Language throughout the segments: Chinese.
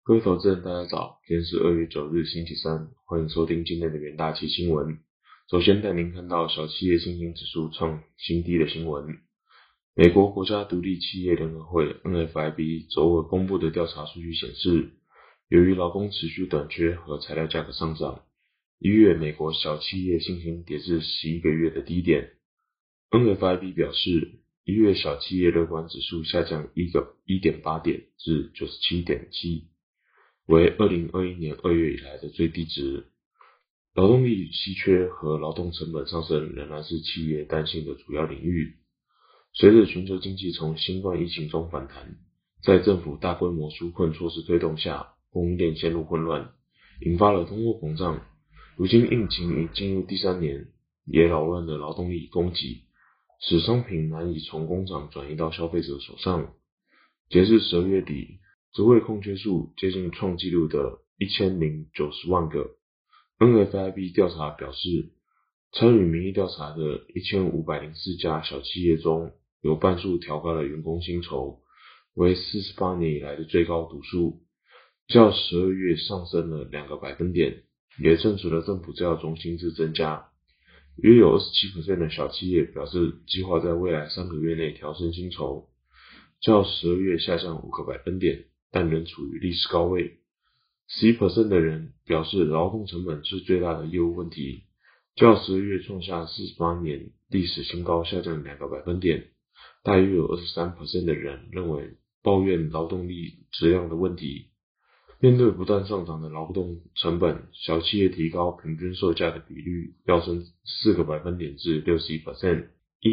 各位投资人，大家早，今天是2月9日，星期三，欢迎收听今天的元大期新闻。首先带您看到小企业信心指数创新低的新闻。美国国家独立企业联合会 NFIB 周二公布的调查数据显示，由于劳工持续短缺和材料价格上涨，1月美国小企业信心跌至11个月的低点。NFIB 表示，1月小企业乐观指数下降1.8点至 97.7。为2021年2月以来的最低值。劳动力稀缺和劳动成本上升仍然是企业担心的主要领域。随着全球经济从新冠疫情中反弹，在政府大规模纾困措施推动下，供应链陷入混乱，引发了通货膨胀。如今疫情已进入第3年，也扰乱了劳动力供给，使商品难以从工厂转移到消费者手上。截至12月底，职位空缺数接近创纪录的1090万个。NFIB 调查表示，参与民意调查的1504家小企业中，有半数调高了员工薪酬，为48年以来的最高读数，较12月上升了2个百分点，也证实了政府正要中薪资增加。约有 27% 的小企业表示计划在未来3个月内调升薪酬，较12月下降5个百分点，但仍处于历史高位。11% 的人表示劳动成本是最大的业务问题，较12月创下48年历史新高，下降2个百分点。大约有 23% 的人认为抱怨劳动力质量的问题。面对不断上涨的劳动成本，小企业提高平均售价的比率飙升4个百分点至 61%，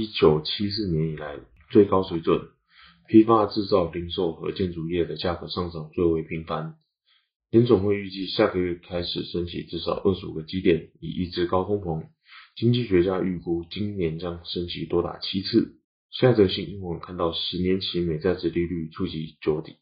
1974年以来最高水准。批发、制造、零售和建筑业的价格上涨最为频繁。联总会预计下个月开始升息至少25个基点，以抑制高通膨。经济学家预估今年将升息多达7次。下则新闻看到10年期美债殖利率触及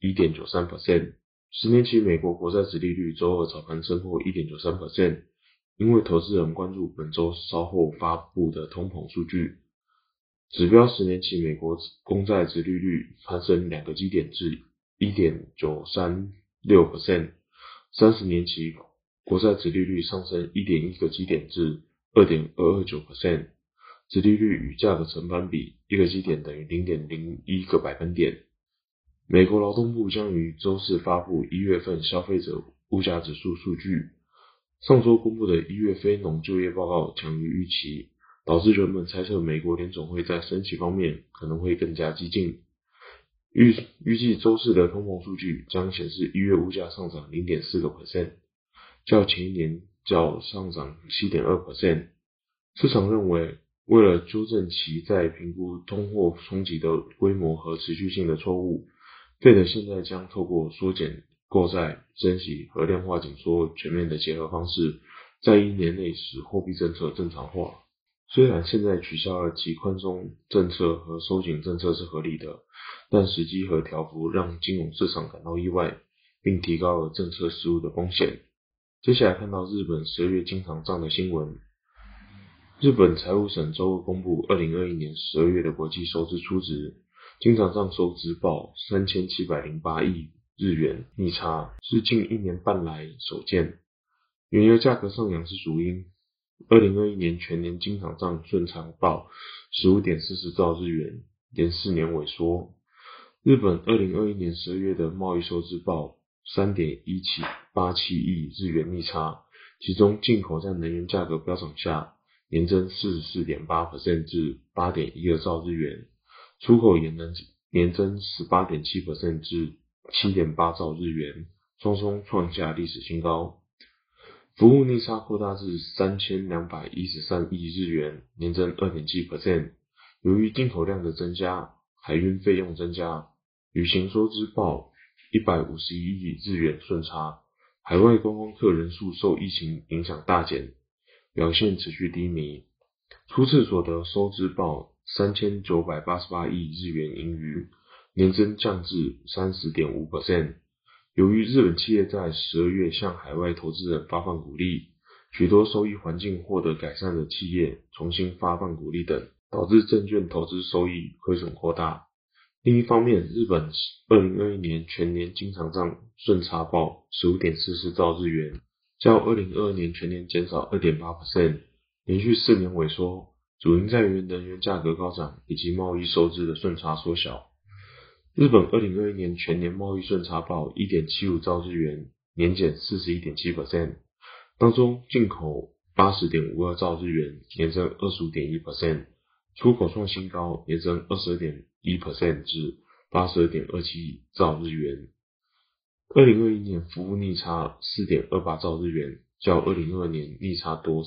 1.93%。10年期美国国债殖利率周二早盘升破 1.93%， 因为投资人关注本周稍后发布的通膨数据。指标10年期美国公债殖利率攀升2个基点至 1.936%， 30年期国债殖利率上升 1.1 个基点至 2.229%， 殖利率与价格成反比1个基点等于 0.01 个百分点。美国劳动部将于周四发布1月份消费者物价指数数据。上周公布的1月非农就业报告强于预期，导致人们猜测美国联总会在升息方面可能会更加激进。预计周四的通膨数据将显示1月物价上涨 0.4%， 较前一年上涨 7.2%。 市场认为，为了纠正其在评估通货冲击的规模和持续性的错误，Fed 现在将透过缩减购债、升息和量化紧缩全面的结合方式，在1年内使货币政策正常化。虽然现在取消了其宽松政策和收紧政策是合理的，但时机和调幅让金融市场感到意外，并提高了政策失误的风险。接下来看到日本12月经常账的新闻。日本财务省周二公布2021年12月的国际收支初值，经常账收支报3708亿日元，逆差，是近1年半来首见。原油价格上扬是主因。2021年全年经常账顺差报 15.40 兆日元，连4年萎缩。日本2021年12月的贸易收支报 3.1787 亿日元逆差，其中进口在能源价格飙涨下年增 44.8% 至 8.12 兆日元，出口也能年增 18.7% 至 7.8 兆日元，双双创下历史新高。服务逆差扩大至3213亿日元，年增 2.7%。 由于进口量的增加，海运费用增加，旅行收支报151亿日元顺差，海外观光客人数受疫情影响大减，表现持续低迷。初次所得收支报3988亿日元盈余，年增降至 30.5%。由于日本企业在12月向海外投资人发放股利，许多收益环境获得改善的企业重新发放股利等，导致证券投资收益亏损扩大。 另一方面，日本2021年全年经常账顺差报 15.44 兆日元，较2022年全年减少 2.8%， 连续4年萎缩，主因在于能源价格高涨以及贸易收支的顺差缩小。日本2021年全年贸易顺差报 1.75 兆日元，年减 41.7%， 当中进口 80.52 兆日元，年增 25.1%， 出口创新高，年增 22.1% 至 82.27 兆日元。2021年服务逆差 4.28 兆日元，较2022年逆差多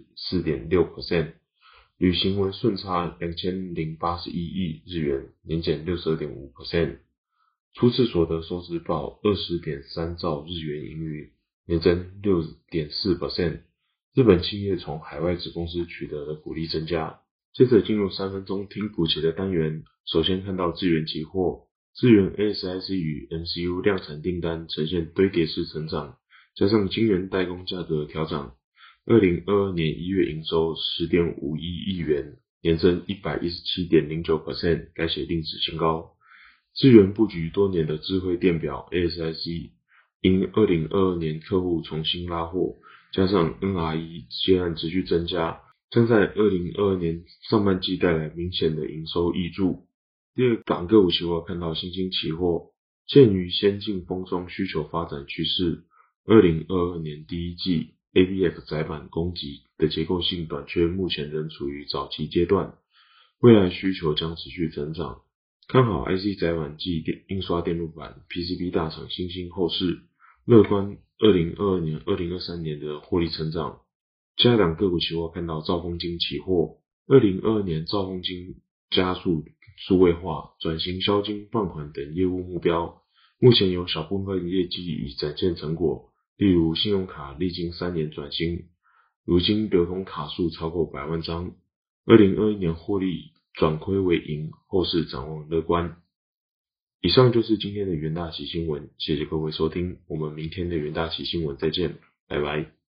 14.6%， 履行为顺差2081亿日元，年减 62.5%。初次所得收支报 20.3 兆日元盈余，年增 6.4%。日本企业从海外子公司取得的股利增加。接着进入3分钟听股节的单元，首先看到智原期货，智原 ASIC 与 MCU 量产订单呈现堆叠式成长，加上晶圆代工价格调涨，2022年1月营收 10.51 亿元，年增 117.09%， 改写历史新高。智原布局多年的智慧电表 ASIC， 因2022年客户重新拉货，加上 NRE 接案持续增加，将在2022年上半季带来明显的营收挹注。第二档个股期货看到新兴期货，鉴于先进封装需求发展趋势，2022年第一季 ABF 载板供给的结构性短缺目前仍处于早期阶段，未来需求将持续增长。看好 IC 载板及印刷电路板 PCB 大厂新兴后市，乐观2022年、2023年的获利成长。加档个股期货看到兆丰金期货，2022年兆丰金加速数位化、转型销金放款等业务目标，目前有小部分业绩已展现成果，例如信用卡历经3年转型，如今流通卡数超过100万张，2021年获利转亏为盈，后市展望乐观。以上就是今天的元大奇新闻，谢谢各位收听，我们明天的元大奇新闻再见，拜拜。